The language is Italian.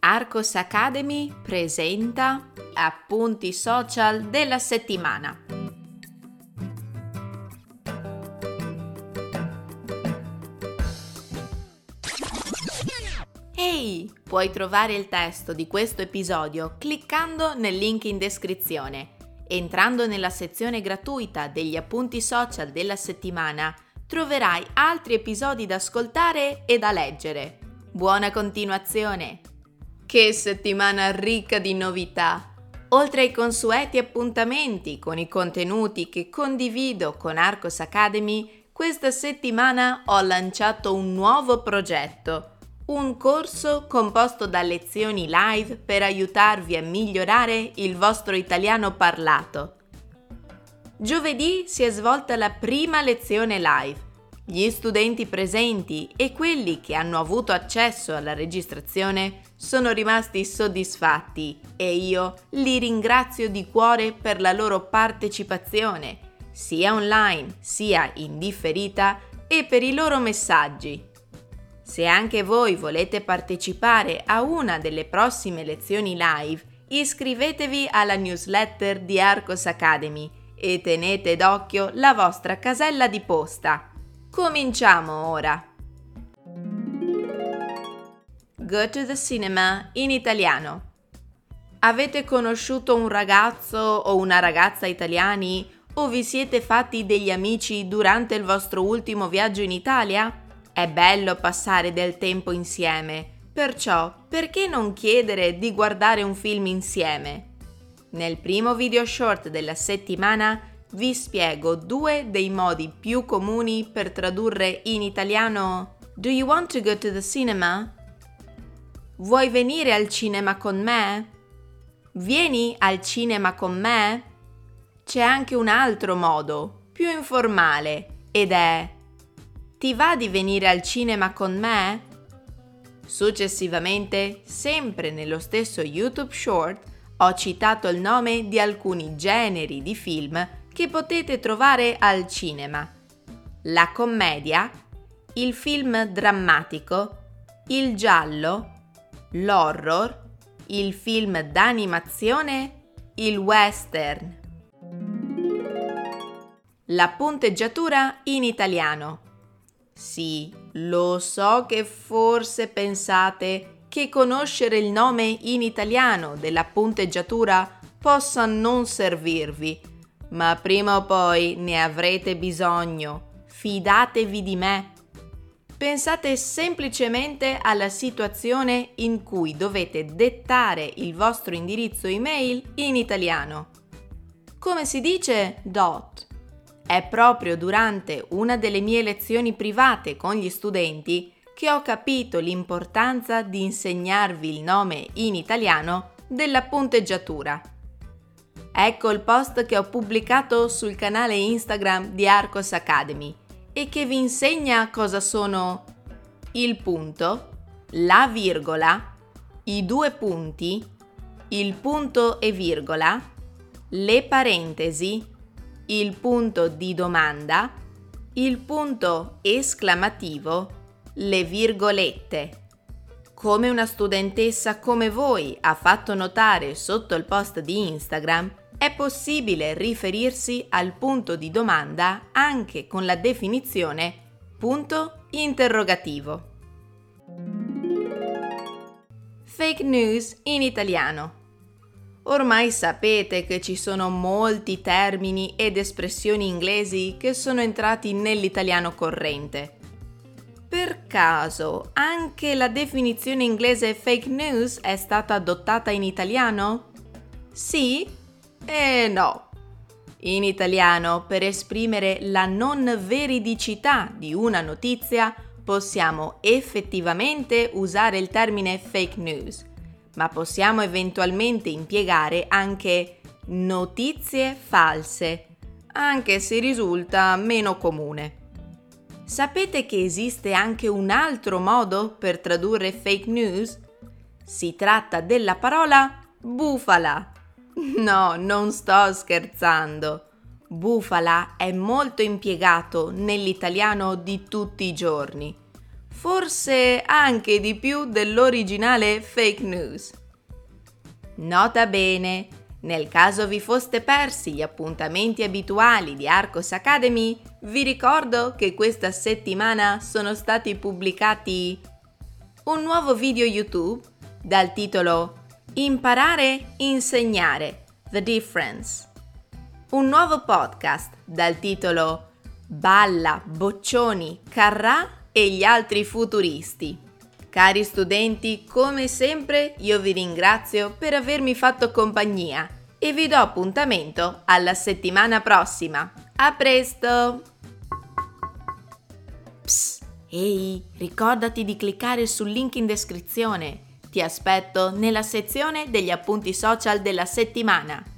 Arcos Academy presenta appunti social della settimana. Ehi, puoi trovare il testo di questo episodio cliccando nel link in descrizione. Entrando nella sezione gratuita degli appunti social della settimana, troverai altri episodi da ascoltare e da leggere. Buona continuazione! Che settimana ricca di novità! Oltre ai consueti appuntamenti con i contenuti che condivido con Arcos Academy, questa settimana ho lanciato un nuovo progetto. Un corso composto da lezioni live per aiutarvi a migliorare il vostro italiano parlato. Giovedì si è svolta la prima lezione live. Gli studenti presenti e quelli che hanno avuto accesso alla registrazione sono rimasti soddisfatti e io li ringrazio di cuore per la loro partecipazione, sia online sia in differita, e per i loro messaggi. Se anche voi volete partecipare a una delle prossime lezioni live, iscrivetevi alla newsletter di Arcos Academy e tenete d'occhio la vostra casella di posta. Cominciamo ora! Go to the cinema in italiano. Avete conosciuto un ragazzo o una ragazza italiani o vi siete fatti degli amici durante il vostro ultimo viaggio in Italia? È bello passare del tempo insieme, perciò perché non chiedere di guardare un film insieme? Nel primo video short della settimana vi spiego 2 dei modi più comuni per tradurre in italiano Do you want to go to the cinema? Vuoi venire al cinema con me? Vieni al cinema con me? C'è anche un altro modo, più informale, ed è Ti va di venire al cinema con me? Successivamente, sempre nello stesso YouTube Short, ho citato il nome di alcuni generi di film che potete trovare al cinema. La commedia, il film drammatico, il giallo, l'horror, il film d'animazione, il western. La punteggiatura in italiano. Sì, lo so che forse pensate che conoscere il nome in italiano della punteggiatura possa non servirvi, ma prima o poi ne avrete bisogno. Fidatevi di me. Pensate semplicemente alla situazione in cui dovete dettare il vostro indirizzo email in italiano. Come si dice dot? È proprio durante una delle mie lezioni private con gli studenti che ho capito l'importanza di insegnarvi il nome in italiano della punteggiatura. Ecco il post che ho pubblicato sul canale Instagram di Arcos Academy e che vi insegna cosa sono il punto, la virgola, i 2 punti, il punto e virgola, le parentesi, il punto di domanda, il punto esclamativo, le virgolette. Come una studentessa come voi ha fatto notare sotto il post di Instagram, è possibile riferirsi al punto di domanda anche con la definizione punto interrogativo. Fake news in italiano. Ormai sapete che ci sono molti termini ed espressioni inglesi che sono entrati nell'italiano corrente. Per caso anche la definizione inglese fake news è stata adottata in italiano? Sì e no. In italiano, per esprimere la non veridicità di una notizia, possiamo effettivamente usare il termine fake news, ma possiamo eventualmente impiegare anche notizie false, anche se risulta meno comune. Sapete che esiste anche un altro modo per tradurre fake news? Si tratta della parola bufala. No, non sto scherzando. Bufala è molto impiegato nell'italiano di tutti i giorni. forse anche di più dell'originale fake news. Nota bene, nel caso vi foste persi gli appuntamenti abituali di Arcos Academy, vi ricordo che questa settimana sono stati pubblicati un nuovo video YouTube dal titolo Imparare, insegnare, The Difference, un nuovo podcast dal titolo Balla, Boccioni, Carrà e gli altri futuristi. Cari studenti, come sempre io vi ringrazio per avermi fatto compagnia e vi do appuntamento alla settimana prossima. A presto! Psst, ehi, ricordati di cliccare sul link in descrizione. Ti aspetto nella sezione degli appunti social della settimana.